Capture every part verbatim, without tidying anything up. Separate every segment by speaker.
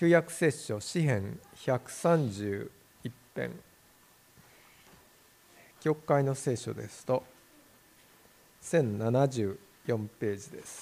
Speaker 1: 旧約聖書詩編ひゃくさんじゅういち編、教会の聖書ですとせんななじゅうよんページです。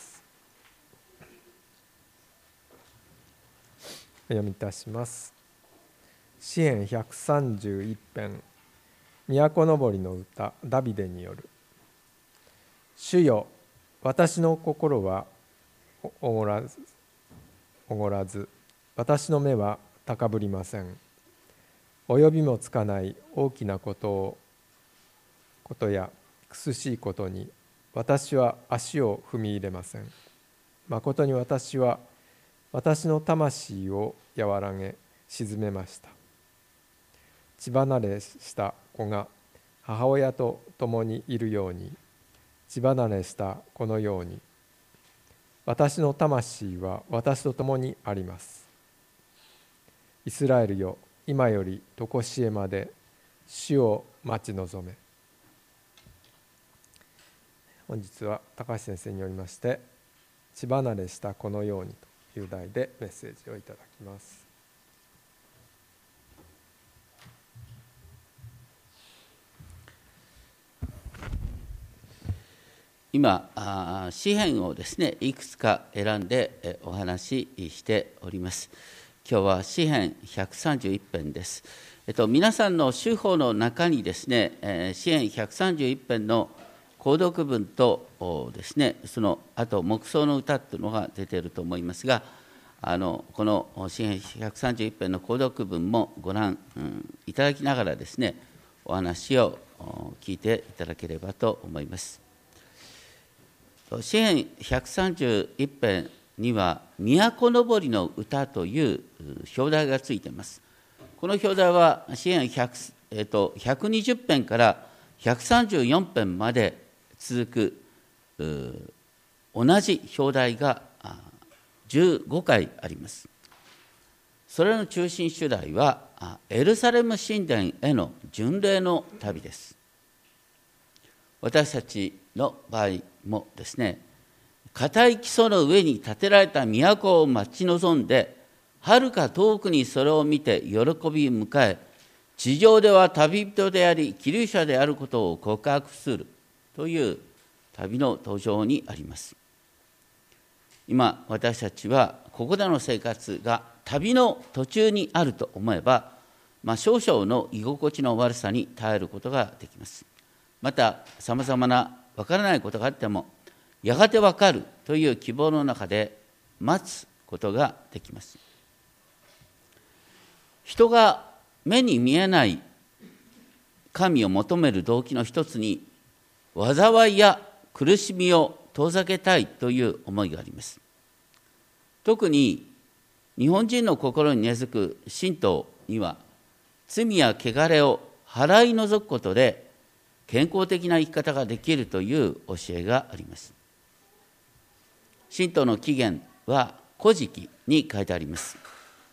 Speaker 1: お読みいたします。詩編ひゃくさんじゅういち編、都のぼりの歌、ダビデによる。主よ、私の心はおごらず、おごらず、私の目は高ぶりません。及びもつかない大きなことをことや苦しいことに私は足を踏み入れません。まことに私は私の魂を和らげ沈めました。血離れした子が母親と共にいるように、血離れした子のように私の魂は私と共にあります。イスラエルよ、今より常しえまで主を待ち望め。本日は高橋先生によりまして血離れした子のようにという題でメッセージをいただきます。
Speaker 2: 今、詩編をですね、いくつか選んでお話ししております。今日は詩編ひゃくさんじゅういち編です。えっと、皆さんの手法の中にですね、詩編ひゃくさんじゅういち編の購読文とですね、その後黙想の歌というのが出ていると思いますが、あのこの詩編ひゃくさんじゅういち編の購読文もご覧、うん、いただきながらですね、お話を聞いていただければと思います。詩編ひゃくさんじゅういち編には都のぼりの歌という表題がついています。この表題は詩編ひゃく、えっと、ひゃくにじゅう編からひゃくさんじゅうよん編まで続く同じ表題がじゅうごかいあります。それの中心主題はエルサレム神殿への巡礼の旅です。私たちの場合もですね、固い基礎の上に建てられた都を待ち望んで、はるか遠くにそれを見て喜び迎え、地上では旅人であり寄留者であることを告白するという旅の途上にあります。今私たちはここでの生活が旅の途中にあると思えば、まあ、少々の居心地の悪さに耐えることができます。またさまざまな分からないことがあってもやがて分かるという希望の中で待つことができます。人が目に見えない神を求める動機の一つに、災いや苦しみを遠ざけたいという思いがあります。特に日本人の心に根付く神道には、罪や汚れを払い除くことで健康的な生き方ができるという教えがあります。神道の起源は古事記に書いてあります。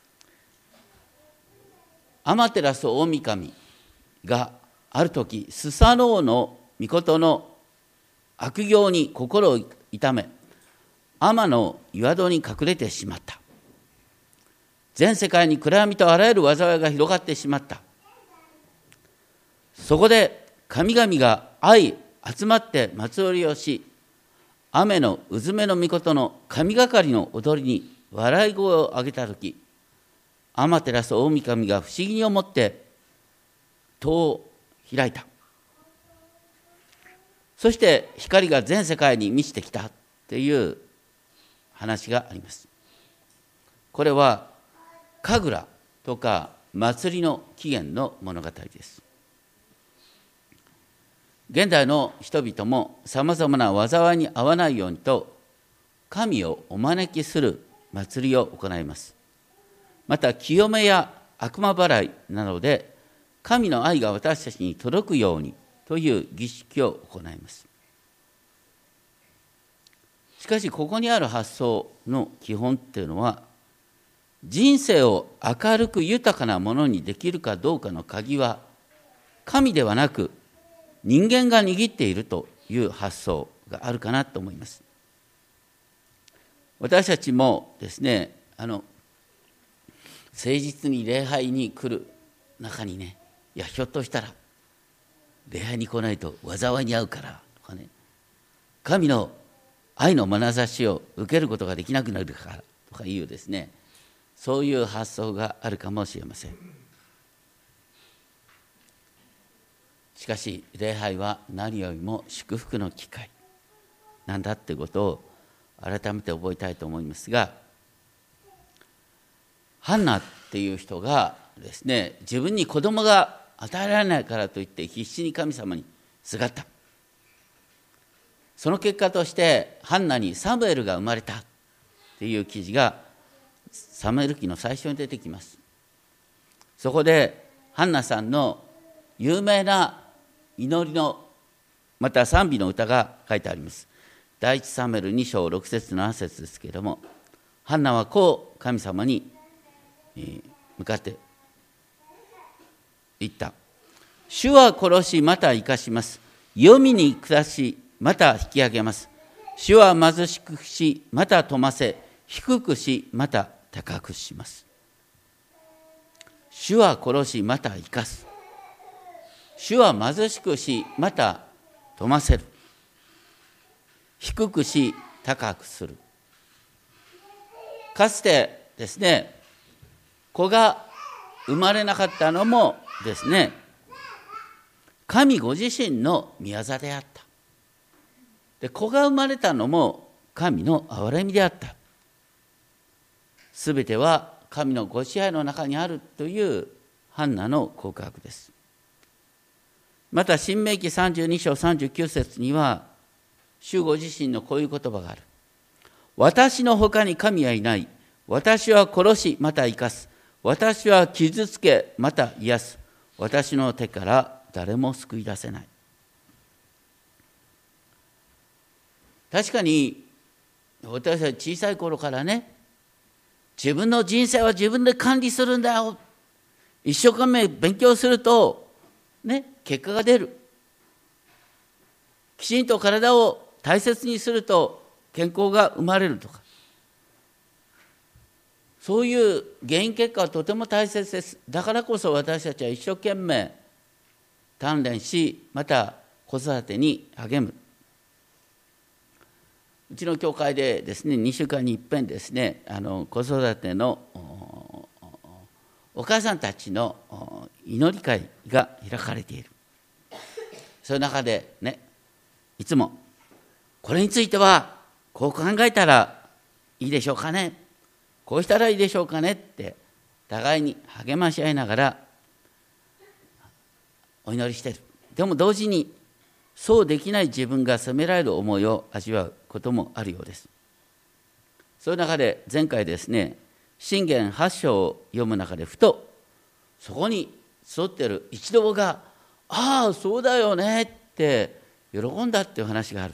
Speaker 2: 天照大神がある時、スサノオの命の悪行に心を痛め、天の岩戸に隠れてしまった。全世界に暗闇とあらゆる災いが広がってしまった。そこで神々が相集まって祭りをし、雨のうずめの命の神がかりの踊りに笑い声を上げたとき、天照大神が不思議に思って戸を開いた。そして光が全世界に満ちてきたという話があります。これは神楽とか祭りの起源の物語です。現代の人々もさまざまな災いに遭わないようにと神をお招きする祭りを行います。また清めや悪魔払いなどで神の愛が私たちに届くようにという儀式を行います。しかしここにある発想の基本っていうのは、人生を明るく豊かなものにできるかどうかの鍵は神ではなく人間が握っているという発想があるかなと思います。私たちもですね、あの誠実に礼拝に来る中にね、いやひょっとしたら礼拝に来ないと災いに遭うからとかね、神の愛の眼差しを受けることができなくなるからとかいうですね、そういう発想があるかもしれません。しかし礼拝は何よりも祝福の機会なんだってことを改めて覚えたいと思いますが、ハンナっていう人がですね、自分に子供が与えられないからといって必死に神様にすがった。その結果としてハンナにサムエルが生まれたっていう記事がサムエル記の最初に出てきます。そこでハンナさんの有名な祈りのまた賛美の歌が書いてあります。第一サムエルに章ろく節なな節ですけれども、ハンナはこう神様に向かって言った。主は殺しまた生かします。黄泉に下しまた引き上げます。主は貧しくしまた富ませ、低くしまた高くします。主は殺しまた生かす。主は貧しくしまた富ませる。低くし高くする。かつてですね、子が生まれなかったのもですね、神ご自身の御業であった。で、子が生まれたのも神の憐れみであった。すべては神のご支配の中にあるというハンナの告白です。また申命記さんじゅうに章さんじゅうきゅう節には主ご自身のこういう言葉がある。私の他に神はいない。私は殺しまた生かす。私は傷つけまた癒す。私の手から誰も救い出せない。確かに私は小さい頃からね、自分の人生は自分で管理するんだよ、一生懸命勉強するとね、結果が出る、きちんと体を大切にすると健康が生まれるとか、そういう原因結果はとても大切です。だからこそ私たちは一生懸命鍛錬し、また子育てに励む。うちの教会でですね、にしゅうかんに一遍ですね、あの子育てのお母さんたちの祈り会が開かれている。その中でね、いつもこれについてはこう考えたらいいでしょうかね、こうしたらいいでしょうかねって互いに励まし合いながらお祈りしている。でも同時にそうできない自分が責められる思いを味わうこともあるようです。そういう中で前回ですね、箴言はち章を読む中でふとそこに沿っている一同が、ああそうだよねって喜んだっていう話がある。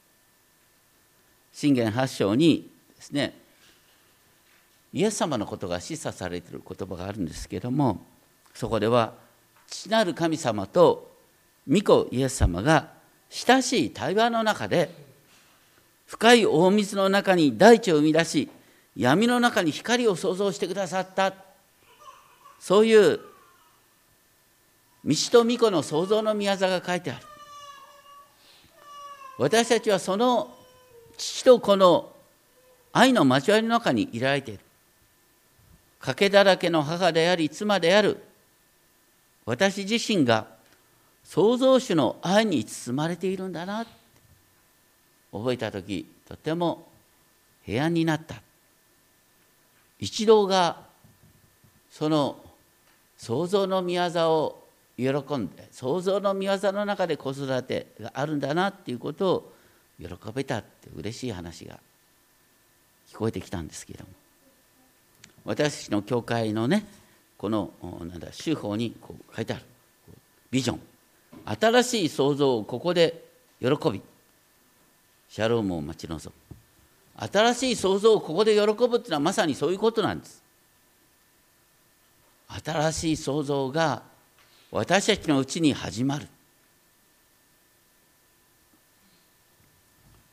Speaker 2: 箴言はち章にですね、イエス様のことが示唆されている言葉があるんですけれども、そこでは父なる神様と御子イエス様が親しい対話の中で、深い大水の中に大地を生み出し、闇の中に光を創造してくださった、そういう道と御子の創造の御業が書いてある。私たちはその父と子の愛の交わりの中にいられている。賭けだらけの母であり妻である私自身が創造主の愛に包まれているんだなって覚えたとき、とても平安になった。一同がその創造の御業を喜んで、創造の御業の中で子育てがあるんだなっていうことを喜べたって嬉しい話が聞こえてきたんですけれども、私たちの教会のね、このなんだ修法にこう書いてあるビジョン、新しい創造をここで喜びシャロームを待ち望む。新しい創造をここで喜ぶっていうのはまさにそういうことなんです。新しい創造が私たちのうちに始まる。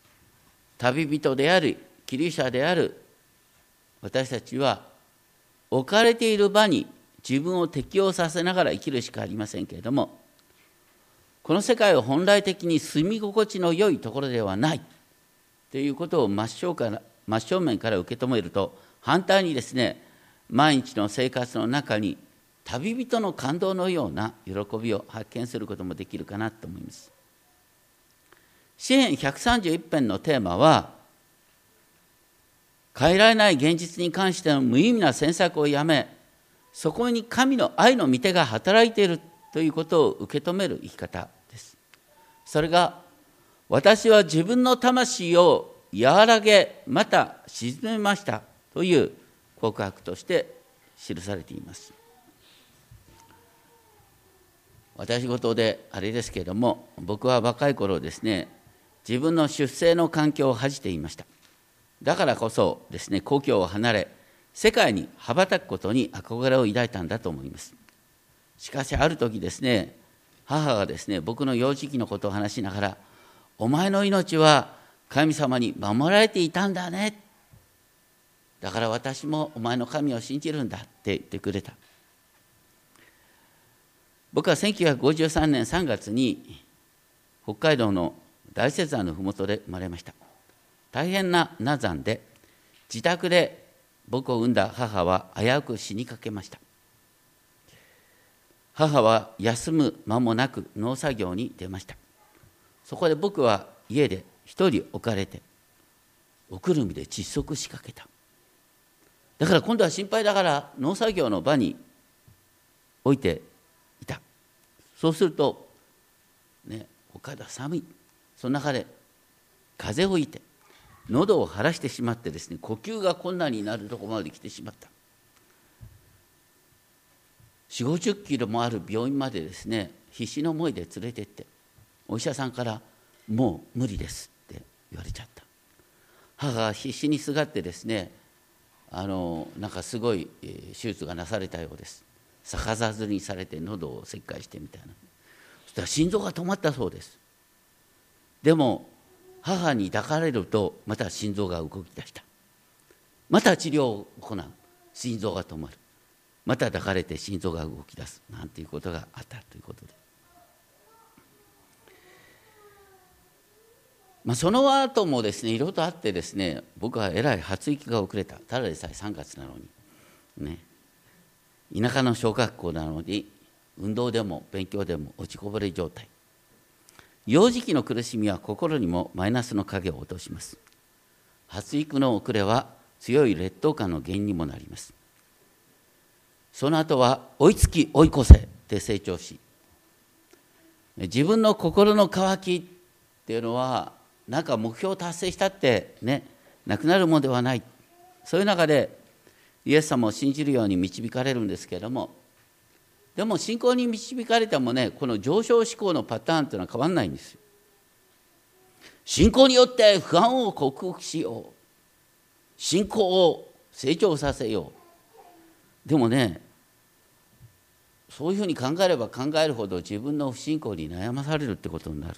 Speaker 2: 旅人であるキリシャである私たちは置かれている場に自分を適応させながら生きるしかありませんけれども、この世界は本来的に住み心地の良いところではないということを真正から真正面から受け止めると、反対にですね、毎日の生活の中に旅人の感動のような喜びを発見することもできるかなと思います。詩編ひゃくさんじゅういち編のテーマは、変えられない現実に関しての無意味な詮索をやめ、そこに神の愛の御手が働いているということを受け止める生き方です。それが、私は自分の魂を和らげ、また沈めましたという告白として記されています。私事であれですけれども、僕は若い頃ですね、自分の出生の環境を恥じていました。だからこそですね、故郷を離れ、世界に羽ばたくことに憧れを抱いたんだと思います。しかしある時ですね、母がですね、僕の幼児期のことを話しながら、お前の命は神様に守られていたんだね。だから私もお前の神を信じるんだって言ってくれた。僕はせんきゅうひゃくごじゅうさんねんさんがつに北海道の大雪山のふもとで生まれました。大変な難産で、自宅で僕を産んだ母は危うく死にかけました。母は休む間もなく農作業に出ました。そこで僕は家で一人置かれて、おくるみで窒息しかけた。だから今度は心配だから農作業の場に置いていた。そうすると、ね、お体寒い。その中で風邪をひいて、喉を腫らしてしまってですね、呼吸が困難になるところまで来てしまった。よんじゅう、ごじゅっキロもある病院までですね、必死の思いで連れて行って、お医者さんからもう無理ですって言われちゃった。母が必死にすがってですね、あのなんかすごい手術がなされたようです。逆さずりにされて喉を切開してみたいな。そしたら心臓が止まったそうです。でも母に抱かれるとまた心臓が動き出した。また治療を行う。心臓が止まる。また抱かれて心臓が動き出すなんていうことがあったということで、まあ、その後もですね、いろいろとあってですね、僕はえらい発育が遅れた。ただでさえさんがつなのにね、田舎の小学校なのに運動でも勉強でも落ちこぼれ状態。幼児期の苦しみは心にもマイナスの影を落とします。発育の遅れは強い劣等感の原因にもなります。その後は追いつき追い越せで成長し、自分の心の渇きっていうのはなんか目標を達成したってね、なくなるものではない。そういう中でイエス様を信じるように導かれるんですけれども、でも信仰に導かれてもね、この上昇志向のパターンというのは変わらないんですよ。信仰によって不安を克服しよう、信仰を成長させよう。でもね、そういうふうに考えれば考えるほど自分の不信仰に悩まされるってことになるんです。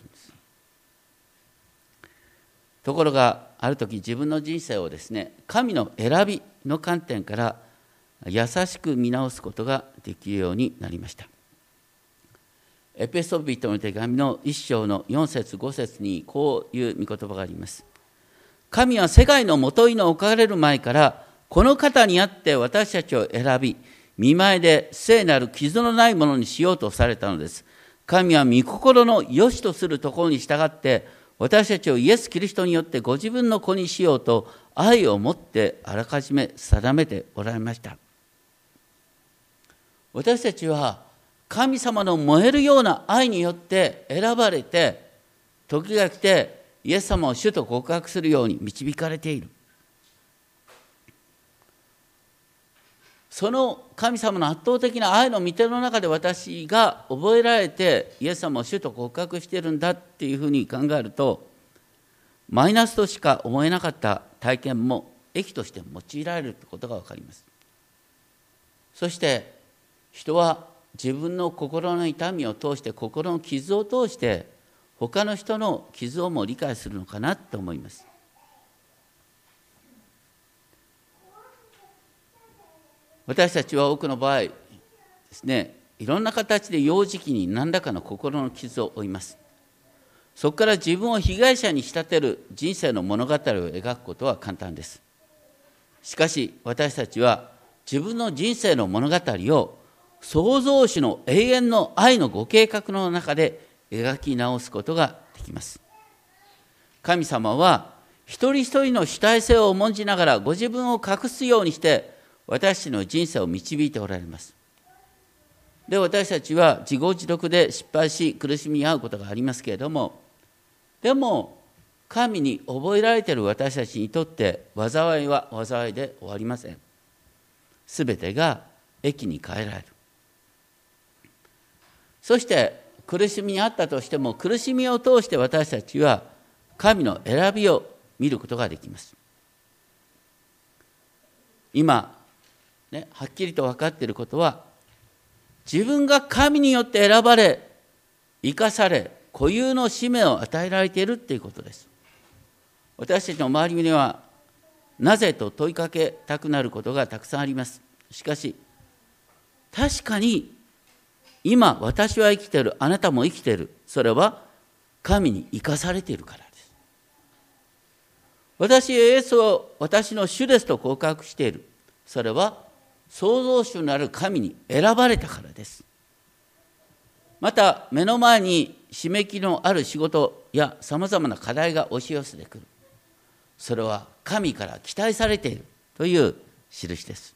Speaker 2: ところがある時、自分の人生をですね、神の選びの観点から優しく見直すことができるようになりました。エペソビトの手紙の一章のよん節ご節にこういう御言葉があります。神は世界のもといの置かれる前からこの方にあって私たちを選び、見舞いで聖なる傷のないものにしようとされたのです。神は御心の良しとするところに従って私たちをイエス・キリストによってご自分の子にしようと愛を持ってあらかじめ定めておられました。私たちは神様の燃えるような愛によって選ばれて、時が来てイエス様を主と告白するように導かれている。その神様の圧倒的な愛の御手の中で私が覚えられてイエス様を主と告白しているんだっていうふうに考えると、マイナスとしか思えなかった体験も益として用いられるということが分かります。そして人は自分の心の痛みを通して、心の傷を通して他の人の傷をも理解するのかなと思います。 私たちは多くの場合ですね、いろんな形で幼児期に何らかの心の傷を負います。そこから自分を被害者に仕立てる人生の物語を描くことは簡単です。しかし私たちは自分の人生の物語を創造主の永遠の愛のご計画の中で描き直すことができます。神様は一人一人の主体性を重んじながらご自分を隠すようにして私たちの人生を導いておられます。で、私たちは自業自得で失敗し苦しみ合うことがありますけれども、でも神に覚えられている私たちにとって災いは災いで終わりません。すべてが益に変えられる。そして苦しみにあったとしても、苦しみを通して私たちは神の選びを見ることができます。今、ね、はっきりと分かっていることは、自分が神によって選ばれ、生かされ、固有の使命を与えられているということです。私たちの周りには、なぜと問いかけたくなることがたくさんあります。しかし、確かに、今私は生きている、あなたも生きている。それは神に生かされているからです。私はイエスを私の主ですと告白している。それは創造主なる神に選ばれたからです。また目の前に締め切りのある仕事やさまざまな課題が押し寄せてくる。それは神から期待されているという印です。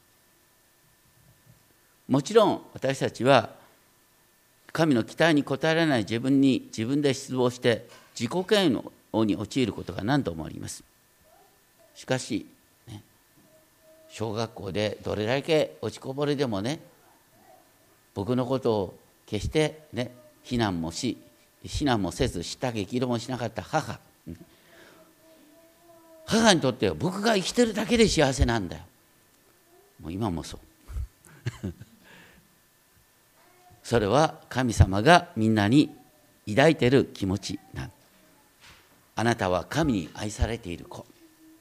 Speaker 2: もちろん私たちは神の期待に応えられない自分に自分で失望して自己嫌悪に陥ることが何度もあります。しかし、ね、小学校でどれだけ落ちこぼれでもね、僕のことを決してね、非難もし、非難もせず叱咤激励もしなかった母。母にとっては僕が生きてるだけで幸せなんだよ。もう今もそう。それは神様がみんなに抱いている気持ちなん。あなたは神に愛されている子。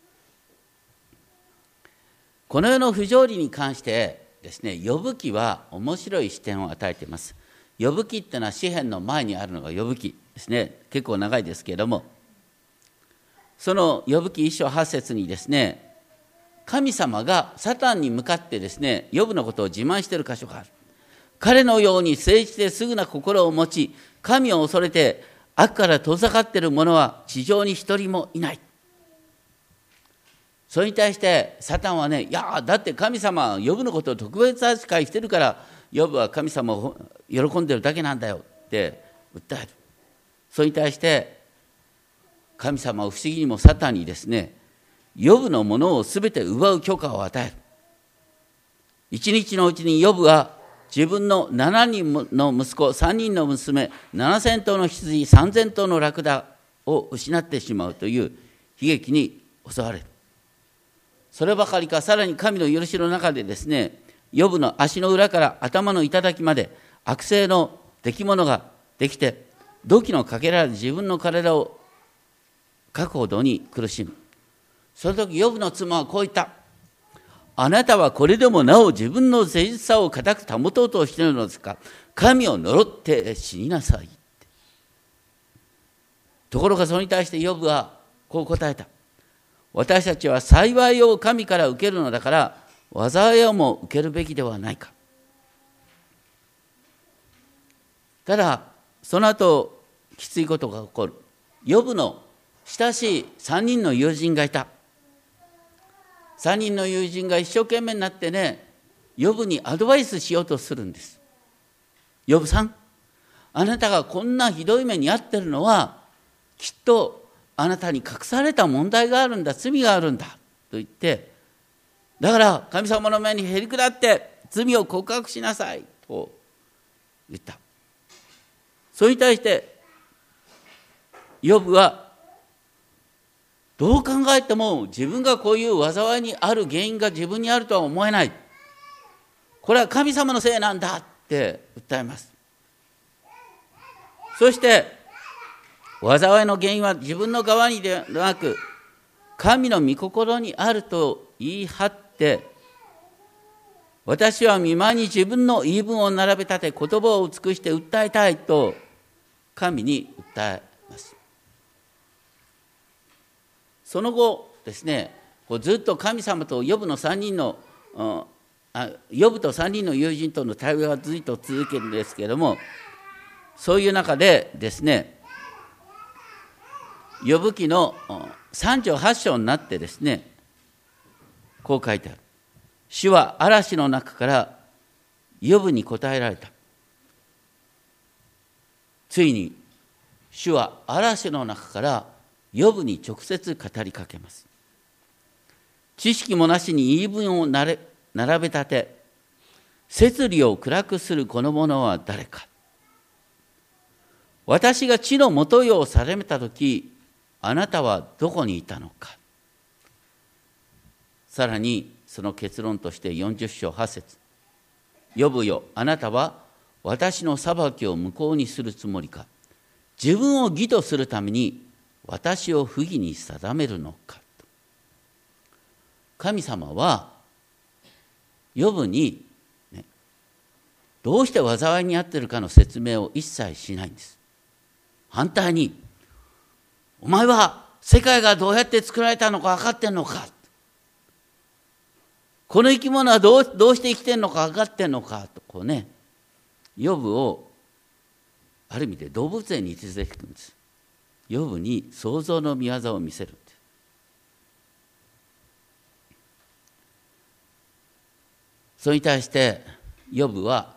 Speaker 2: この世の不条理に関してですね、呼ぶ記は面白い視点を与えています。呼ぶ記っていうのは詩篇の前にあるのが呼ぶ記ですね。結構長いですけれども、その呼ぶ記一章八節にですね、神様がサタンに向かってですね、呼ぶのことを自慢している箇所がある。彼のように誠実ですぐな心を持ち、神を恐れて悪から遠ざかっている者は地上に一人もいない。それに対してサタンはね、いやだって神様は呼ぶのことを特別扱いしてるから、呼ぶは神様を喜んでるだけなんだよって訴える。それに対して神様は不思議にもサタンにですね、呼ぶのものをすべて奪う許可を与える。一日のうちに呼ぶは自分のななにんの息子、さんにんの娘、ななせん頭の羊、さんぜん頭のラクダを失ってしまうという悲劇に襲われる。そればかりか、さらに神の許しの中でですね、ヨブの足の裏から頭の頂まで悪性の出来物ができて、土器のかけられ自分の体をかくほどに苦しむ。その時ヨブの妻はこう言った。あなたはこれでもなお自分の誠実さを固く保とうとしているのですか。神を呪って死になさい。ところがそれに対してヨブはこう答えた。私たちは幸いを神から受けるのだから、災いをも受けるべきではないか。ただその後きついことが起こる。ヨブの親しいさんにんの友人がいた。さんにんの友人が一生懸命になってね、ヨブにアドバイスしようとするんです。ヨブさん、あなたがこんなひどい目に遭ってるのは、きっとあなたに隠された問題があるんだ、罪があるんだと言って、だから神様の前にへり下って罪を告白しなさいと言った。それに対してヨブはどう考えても自分がこういう災いにある原因が自分にあるとは思えない。これは神様のせいなんだって訴えます。そして災いの原因は自分の側にではなく神の御心にあると言い張って、 私は見舞いに自分の言い分を並べ立て、言葉を尽くして訴えたいと神に訴えます。その後ですね、こうずっと神様とヨブの三人の、あヨブと三人の友人との対話がずっと続けるんですけれども、そういう中でですね、ヨブ記のさんじゅうはち章になってですね、こう書いてある。主は嵐の中からヨブに答えられた。ついに主は嵐の中からヨブに直接語りかけます。知識もなしに言い分を並べ立て、摂理を暗くするこの者は誰か。私が地の元世を定めたとき、あなたはどこにいたのか。さらにその結論としてよんじゅっ章はち節。ヨブよ、あなたは私の裁きを無効にするつもりか。自分を義とするために私を不義に定めるのか。神様はヨブに、ね、どうして災いに遭っているかの説明を一切しないんです。反対に、お前は世界がどうやって作られたのか分かってんのか、この生き物はどう、どうして生きてんのか分かってんのかとこうね、ヨブをある意味で動物園に連れていくんです。ヨブに創造の御業を見せる。それに対してヨブは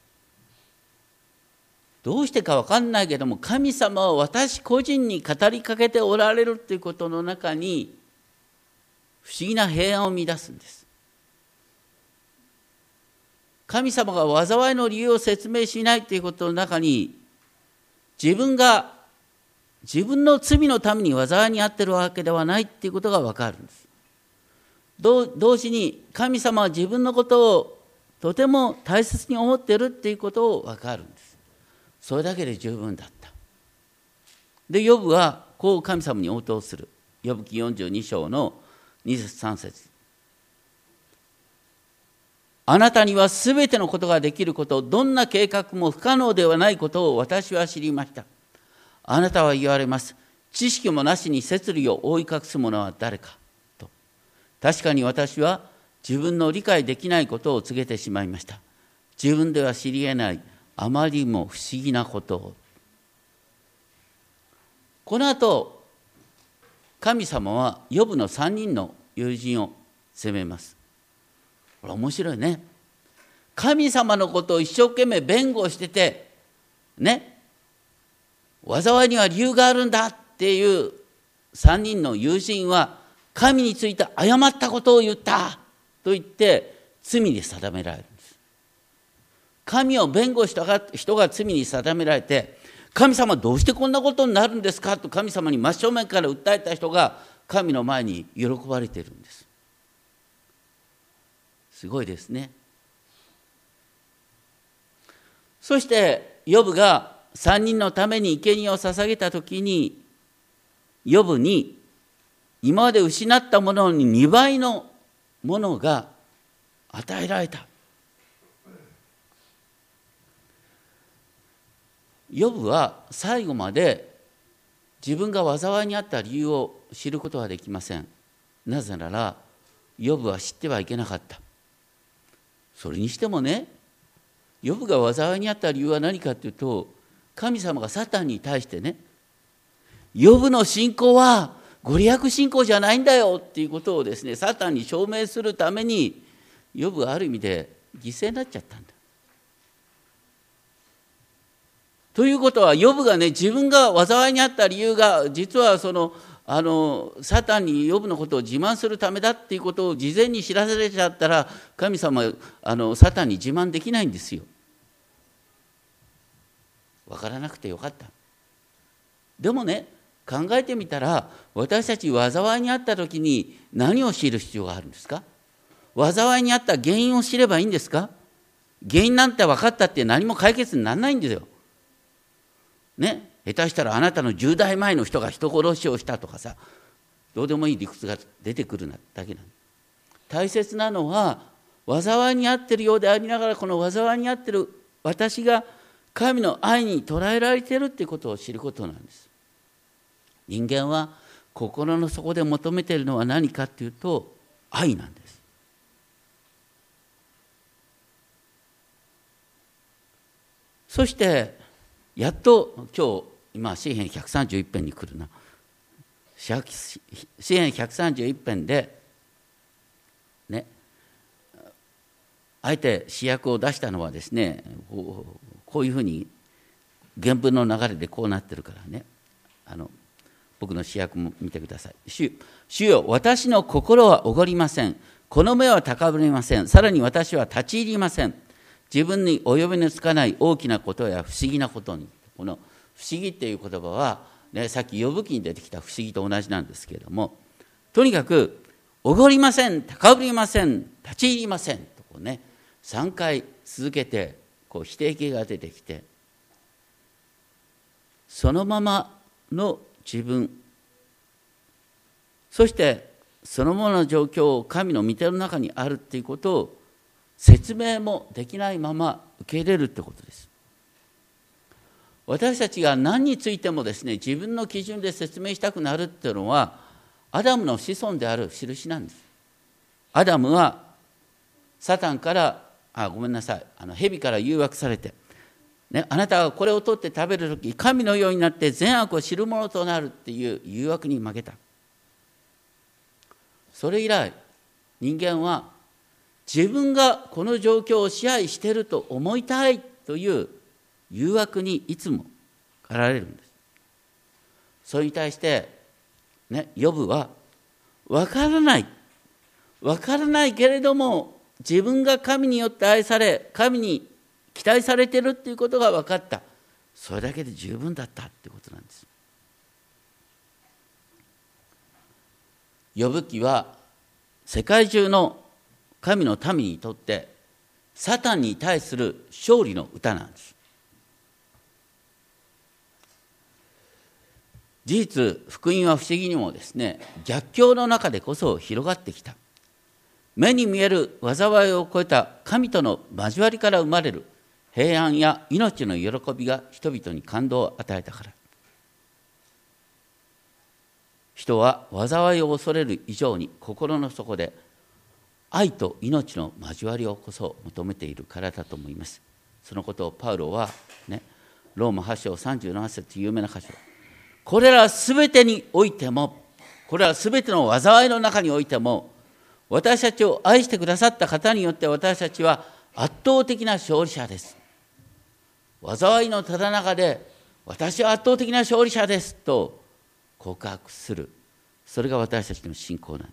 Speaker 2: どうしてか分かんないけども、神様は私個人に語りかけておられるということの中に不思議な平安を見出すんです。神様が災いの理由を説明しないということの中に、自分が自分の罪のために災いに遭っているわけではないということが分かるんです。同時に神様は自分のことをとても大切に思っているということを分かるんです。それだけで十分だった。で、ヨブはこう神様に応答する。ヨブ記よんじゅうに章のに節さん節。あなたにはすべてのことができること、どんな計画も不可能ではないことを私は知りました。あなたは言われます。知識もなしに摂理を覆い隠す者は誰か。と。確かに私は自分の理解できないことを告げてしまいました。自分では知り得ないあまりも不思議なことを。この後、神様はヨブのさんにんの友人を責めます。これ面白いね。神様のことを一生懸命弁護してて、ね、災いには理由があるんだっていうさんにんの友人は、神について誤ったことを言ったと言って罪に定められるんです。神を弁護した人が罪に定められて、神様どうしてこんなことになるんですかと神様に真正面から訴えた人が神の前に喜ばれているんです。すごいですね。そしてヨブがさんにんのために生贄を捧げたときに、ヨブに今まで失ったものににばいのものが与えられた。ヨブは最後まで自分が災いにあった理由を知ることはできません。なぜならヨブは知ってはいけなかった。それにしてもね、ヨブが災いにあった理由は何かというと、神様がサタンに対してね、ヨブの信仰はご利益信仰じゃないんだよっていうことをですね、サタンに証明するためにヨブはある意味で犠牲になっちゃったんだ。ということは、ヨブがね、自分が災いにあった理由が実はそのあのサタンにヨブのことを自慢するためだっていうことを事前に知らせちゃったら、神様はあのサタンに自慢できないんですよ。分からなくてよかった。でもね、考えてみたら、私たち災いにあった時に何を知る必要があるんですか？災いにあった原因を知ればいいんですか？原因なんて分かったって何も解決にならないんですよ。ね、下手したらあなたのじゅう代前の人が人殺しをしたとかさ、どうでもいい理屈が出てくるだけなの。大切なのは、 災いにあっているようでありながら、この災いにあっている私が神の愛に捉えられているということを知ることなんです。人間は心の底で求めているのは何かというと、愛なんです。そしてやっと今日今詩編ひゃくさんじゅういち編に来るな。詩編ひゃくさんじゅういち編でね、あえて詩訳を出したのはですね、こう、こういうふうに原文の流れでこうなってるからね、あの僕の詩訳も見てください。主、主よ、私の心はおごりません。この目は高ぶりません。さらに私は立ち入りません。自分に及びのつかない大きなことや不思議なことに。この不思議っていう言葉は、ね、さっき呼ぶ記に出てきた不思議と同じなんですけれども、とにかくおごりません、高ぶりません、立ち入りませんとこう、ね、さんかい続けてこう否定形が出てきて、そのままの自分、そしてそのままの状況を神の御手の中にあるっていうことを説明もできないまま受け入れるってことです。私たちが何についてもですね、自分の基準で説明したくなるっていうのは、アダムの子孫である印なんです。アダムはサタンから、あ、ごめんなさい、あの蛇から誘惑されて、ね、あなたがこれを取って食べるとき、神のようになって善悪を知るものとなるっていう誘惑に負けた。それ以来、人間は自分がこの状況を支配していると思いたいという誘惑にいつも駆られるんです。それに対して、ね、ヨブは分からない、分からないけれども自分が神によって愛され、神に期待されているっていうことが分かった。それだけで十分だったってことなんです。ヨブ記は世界中の神の民にとってサタンに対する勝利の歌なんです。事実、福音は不思議にもですね、逆境の中でこそ広がってきた。目に見える災いを超えた神との交わりから生まれる平安や命の喜びが人々に感動を与えたから。人は災いを恐れる以上に心の底で愛と命の交わりをこそ求めているからだと思います。そのことをパウロは、ね、ローマはち章さんじゅうなな節有名な箇所、これらすべてにおいても、これらすべての災いの中においても、私たちを愛してくださった方によって私たちは圧倒的な勝利者です。災いのただ中で私は圧倒的な勝利者ですと告白する。それが私たちの信仰なんです。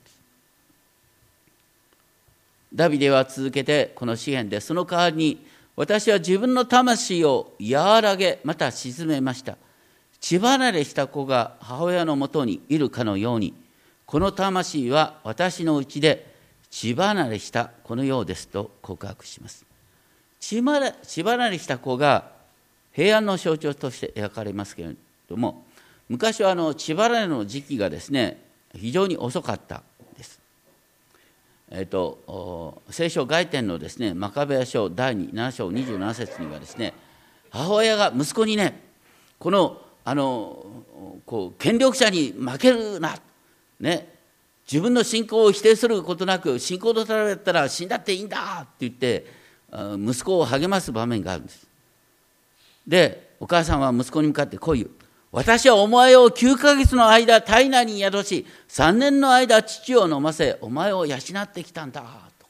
Speaker 2: ダビデは続けてこの詩篇で、その代わりに私は自分の魂を和らげ、また沈めました。血離れした子が母親のもとにいるかのように、この魂は私のうちで血離れした子のようですと告白します。血離れした子が平安の象徴として描かれますけれども、昔はあの血離れの時期がですね、非常に遅かったです。えっと、聖書外典のですね、マカベヤ書だいなな章にじゅうなな節にはですね、母親が息子にね、このあのこう権力者に負けるな、ね、自分の信仰を否定することなく、信仰とされたら死んだっていいんだって言って息子を励ます場面があるんです。で、お母さんは息子に向かってこう言う。私はお前をきゅうかげつの間体内に宿し、さんねんの間乳を飲ませ、お前を養ってきたんだと。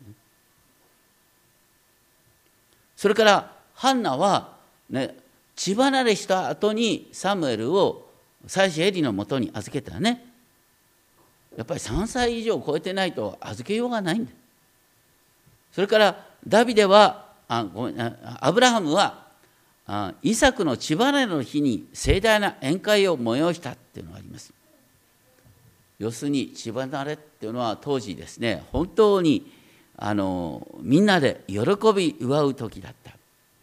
Speaker 2: それからハンナはね、血離れした後にサムエルを妻子エリのもとに預けたね。やっぱりさんさい以上超えてないと預けようがないんだ。それからダビデはあごめんアブラハムはあイサクの血離れの日に盛大な宴会を催したっていうのがあります。要するに血離れっていうのは当時ですね、本当にあのみんなで喜び祝う時だった。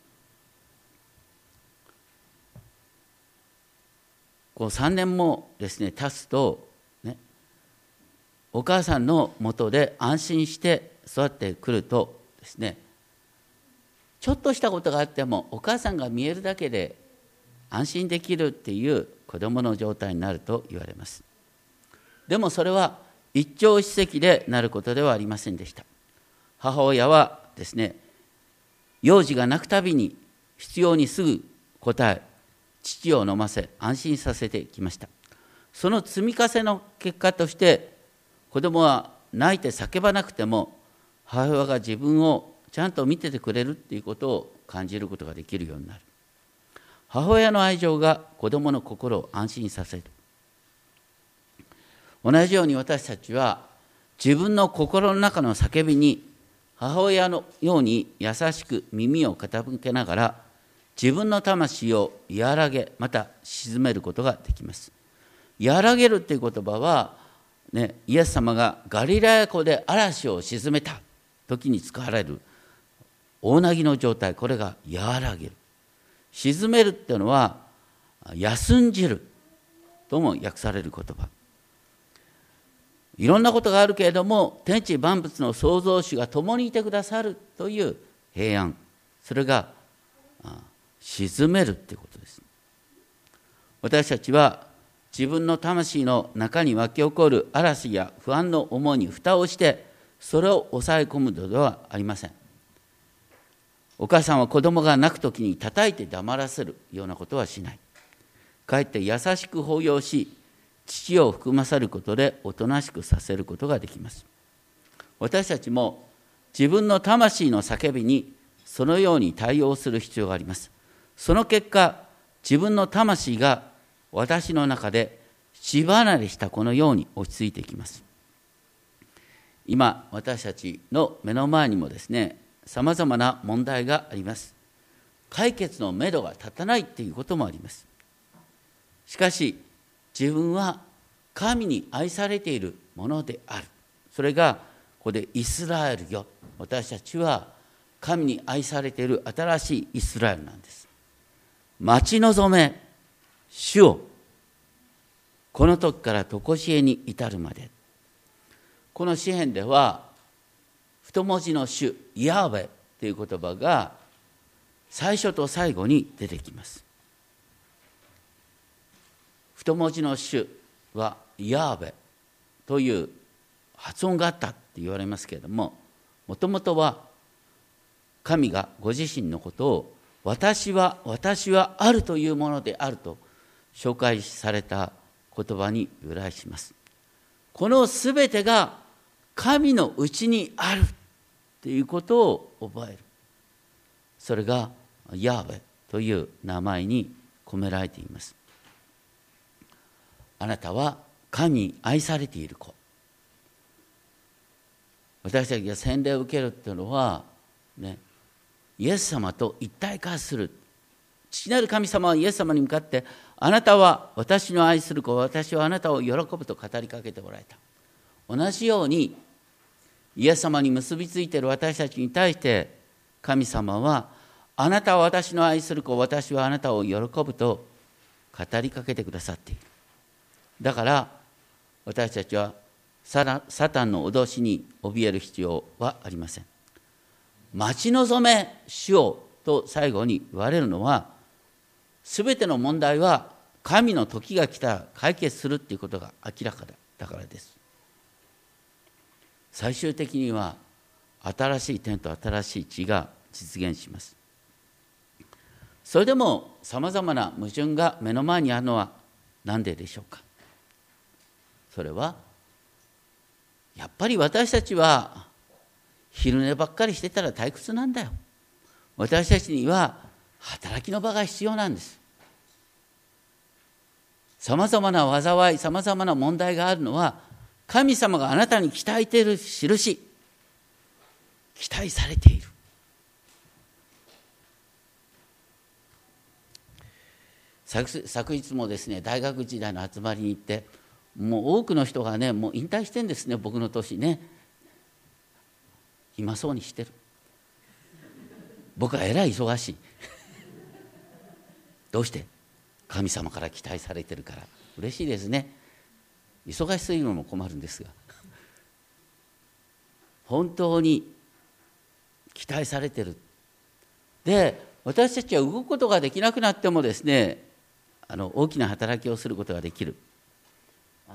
Speaker 2: こうさんねんもですね経つと、ね、お母さんのもとで安心して育ってくるとですね、ちょっとしたことがあってもお母さんが見えるだけで安心できるっていう子どもの状態になると言われます。でもそれは一朝一夕でなることではありませんでした。母親はですね、幼児が泣くたびに必要にすぐ答え、乳を飲ませ安心させてきました。その積み重ねの結果として、子供は泣いて叫ばなくても母親が自分をちゃんと見ててくれるっていうことを感じることができるようになる。母親の愛情が子供の心を安心させる。同じように私たちは自分の心の中の叫びに母親のように優しく耳を傾けながら自分の魂を和らげ、また鎮めることができます。和らげるという言葉は、ね、イエス様がガリラヤ湖で嵐を鎮めた時に使われる大凪の状態、これが和らげる。鎮めるっていうのは休んじるとも訳される言葉。いろんなことがあるけれども、天地万物の創造主が共にいてくださるという平安、それが鎮めるっていうことです。私たちは自分の魂の中に湧き起こる嵐や不安の思いに蓋をしてそれを抑え込むのではありません。お母さんは子供が泣くときに叩いて黙らせるようなことはしない。かえって優しく抱擁し、乳を含まさることでおとなしくさせることができます。私たちも自分の魂の叫びにそのように対応する必要があります。その結果、自分の魂が私の中で血離れしたこのように落ち着いていきます。今、私たちの目の前にもですね、さまざまな問題があります。解決のめどが立たないということもあります。しかし、自分は神に愛されているものである。それがここでイスラエルよ。私たちは神に愛されている新しいイスラエルなんです。待ち望め、主を、この時から常しえに至るまで。この詩編では、太文字の主、ヤーベという言葉が最初と最後に出てきます。太文字の主はヤーベという発音があったって言われますけれども、もともとは神がご自身のことを私は私はあるというものであると紹介された言葉に由来します。このすべてが神のうちにあるということを覚える。それがヤーベという名前に込められています。あなたは神に愛されている子。私たちが洗礼を受けるというのは、ね、イエス様と一体化する。父なる神様はイエス様に向かって、あなたは私の愛する子、私はあなたを喜ぶと語りかけておられた。同じように、イエス様に結びついている私たちに対して、神様は、あなたは私の愛する子、私はあなたを喜ぶと語りかけてくださっている。だから私たちはサタンの脅しに怯える必要はありません。待ち望め主をと最後に言われるのは、すべての問題は神の時が来たら解決するということが明らかだからです。最終的には新しい天と新しい地が実現します。それでもさまざまな矛盾が目の前にあるのは何ででしょうか。それはやっぱり私たちは昼寝ばっかりしてたら退屈なんだよ。私たちには働きの場が必要なんです。さまざまな災い、さまざまな問題があるのは、神様があなたに期待している印、期待されている。昨, 昨日もですね、大学時代の集まりに行って、もう多くの人がね、もう引退してるんですね、僕の年ね。暇そうにしてる。僕はえらい忙しい。どうして？神様から期待されてるから。嬉しいですね。忙しすぎるのも困るんですが。 本当に期待されている。で、私たちは動くことができなくなってもですね、あの大きな働きをすることができる。あの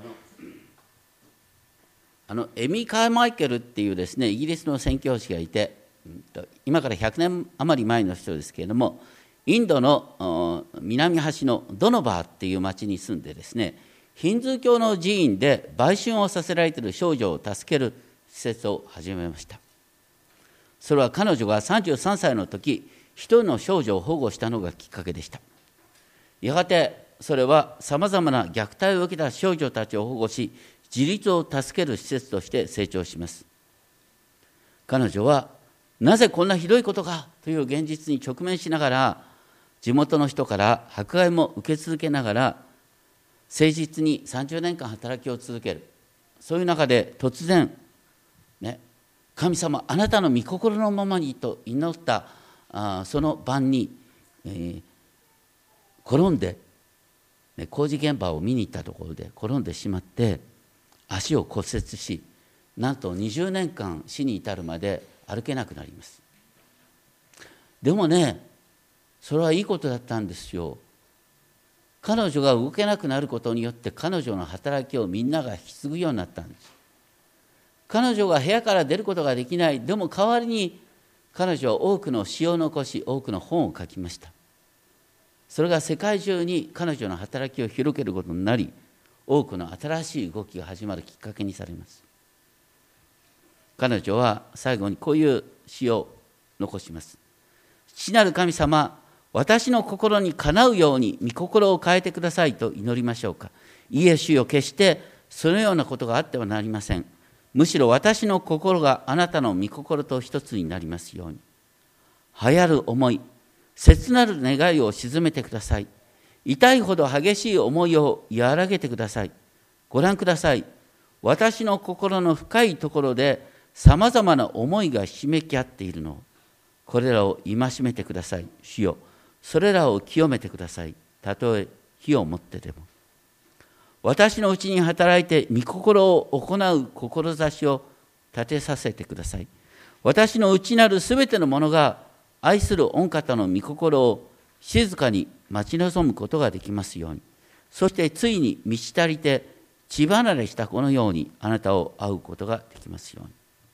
Speaker 2: あのエミー・カーマイケルっていうですね、イギリスの宣教師がいて、今からひゃくねん余り前の人ですけれども、インドの南端のドノバーっていう町に住んでですね、ヒンズー教の寺院で売春をさせられている少女を助ける施設を始めました。それは彼女がさんじゅうさんさいの時、一人の少女を保護したのがきっかけでした。やがてそれはさまざまな虐待を受けた少女たちを保護し、自立を助ける施設として成長します。彼女はなぜこんなひどいことかという現実に直面しながら、地元の人から迫害も受け続けながら、誠実にさんじゅうねんかん働きを続ける。そういう中で突然、ね、神様あなたの御心のままにと祈ったあその晩に、えー、転んで、ね、工事現場を見に行ったところで転んでしまって足を骨折し、なんとにじゅうねんかん死に至るまで歩けなくなります。でもね、それはいいことだったんですよ。彼女が動けなくなることによって彼女の働きをみんなが引き継ぐようになったんです。彼女が部屋から出ることができない。でも代わりに彼女は多くの詩を残し、多くの本を書きました。それが世界中に彼女の働きを広げることになり、多くの新しい動きが始まるきっかけにされます。彼女は最後にこういう詩を残します。父なる神様、私の心にかなうように御心を変えてくださいと祈りましょうか。いえ主よ、決してそのようなことがあってはなりません。むしろ私の心があなたの御心と一つになりますように。流行る思い、切なる願いを鎮めてください。痛いほど激しい思いを和らげてください。ご覧ください。私の心の深いところでさまざまな思いがひしめき合っているのを、これらを戒めてください。主よ、それらを清めてください。たとえ火をもってでも。私のうちに働いて御心を行う志を立てさせてください。私の内なるすべてのものが愛する御方の御心を静かに待ち望むことができますように。そしてついに満ち足りて血離れしたこのようにあなたを会うことができますように。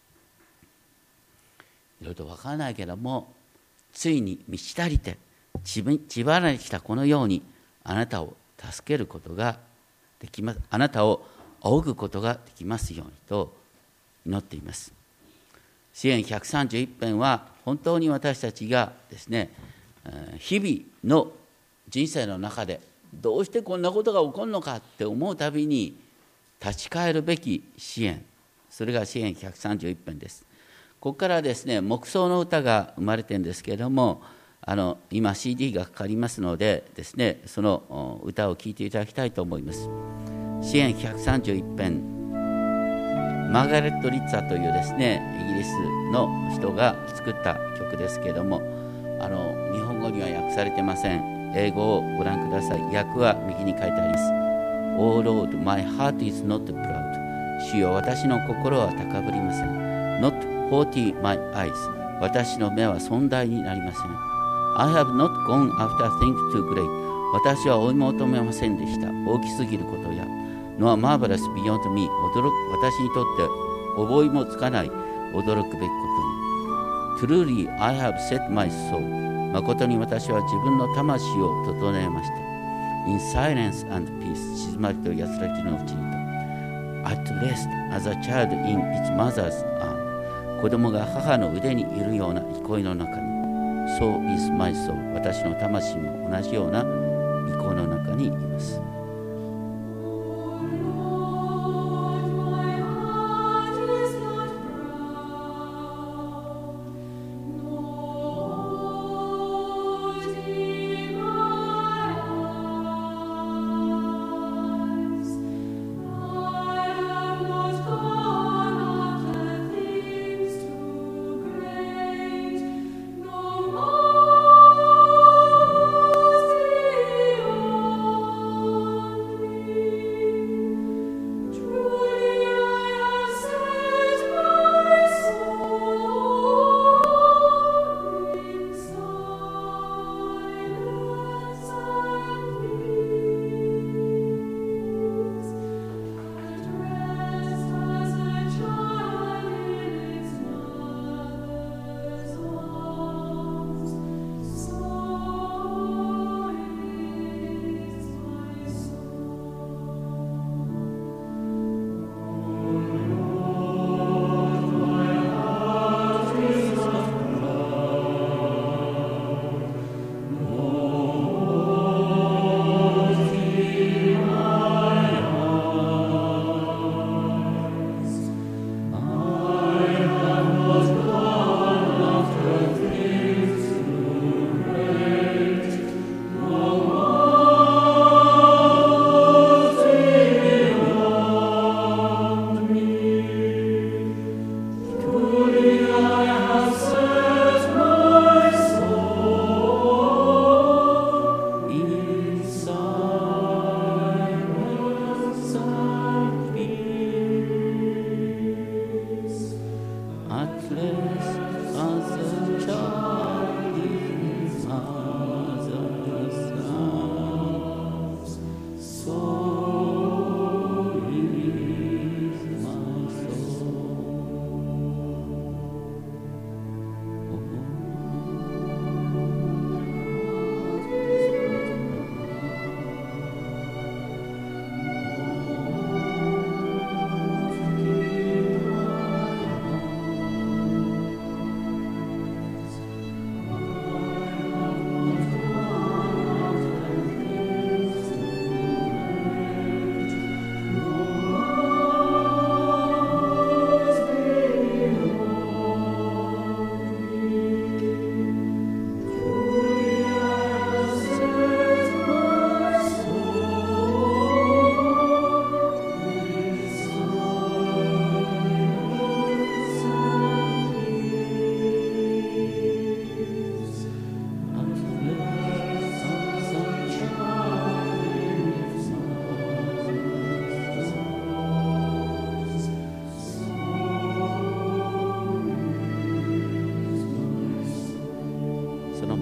Speaker 2: いろいろと分からないけれども、ついに満ち足りて血離れしたこのようにあなたを助けることができます。あなたを仰ぐことができますようにと祈っています。詩編ひゃくさんじゅういち編は本当に私たちがですね、日々の人生の中でどうしてこんなことが起こるのかって思うたびに立ち返るべき詩編、それが詩編ひゃくさんじゅういち編です。ここからですね、黙想の歌が生まれてるんですけれども、あの今 シーディー がかかりますのでですね、その歌を聴いていただきたいと思います。詩編ひゃくさんじゅういち編、マーガレット・リッツァというですね、イギリスの人が作った曲ですけれども、あの日本語には訳されてません。英語をご覧ください。訳は右に書いてあります。Oh Lord, my heart is not proud. 主よ、私の心は高ぶりません。Not haughty my eyes. 私の目は尊大になりません。I have not gone after things too great. 私は追い求めませんでした。大きすぎることや、nor marvelous beyond me. 驚く、私にとって覚えもつかない驚くべきことに。Truly, I have set my soul. 誠に私は自分の魂を整えました。In silence and peace. 静まりと安らぎのうちにと。At rest as a child in its mother's arm. 子供が母の腕にいるような憩いの中に。So is my soul. 私の魂も同じような憩いの中にいます。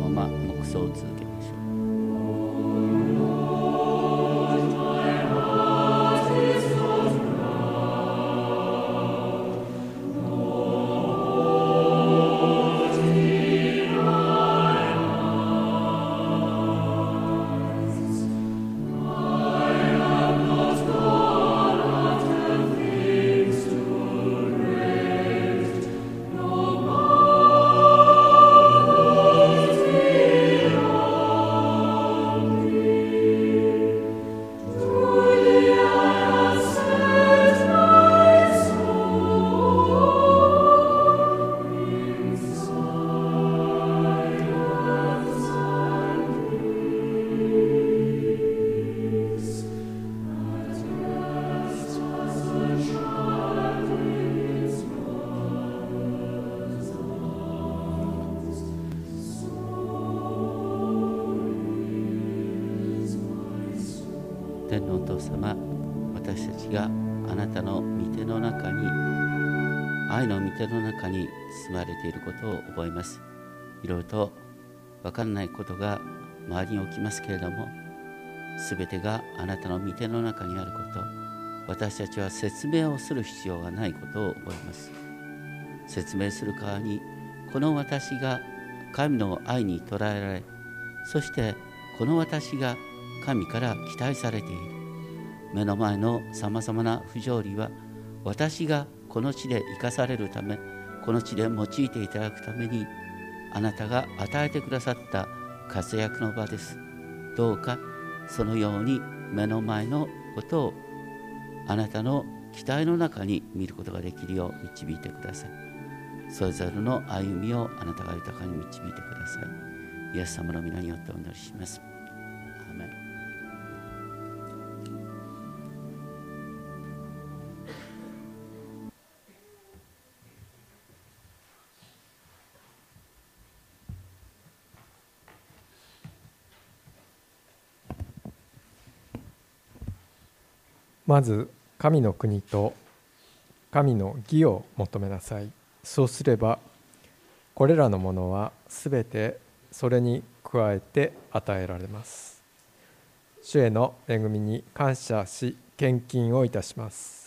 Speaker 2: まま黙想を続けましょう。天のお父様、私たちがあなたの御手の中に、愛の御手の中に包まれていることを覚えます。いろいろと分からないことが周りに起きますけれども、すべてがあなたの御手の中にあること、私たちは説明をする必要がないことを覚えます。説明する代わりに、この私が神の愛に捉えられ、そしてこの私が神から期待されている。目の前のさまざまな不条理は、私がこの地で生かされるため、この地で用いていただくために、あなたが与えてくださった活躍の場です。どうかそのように目の前のことをあなたの期待の中に見ることができるよう導いてください。それぞれの歩みをあなたが豊かに導いてください。イエス様の皆によってお祈りします。アーメン。
Speaker 1: まず神の国と神の義を求めなさい。そうすればこれらのものはすべてそれに加えて与えられます。主への恵みに感謝し献金をいたします。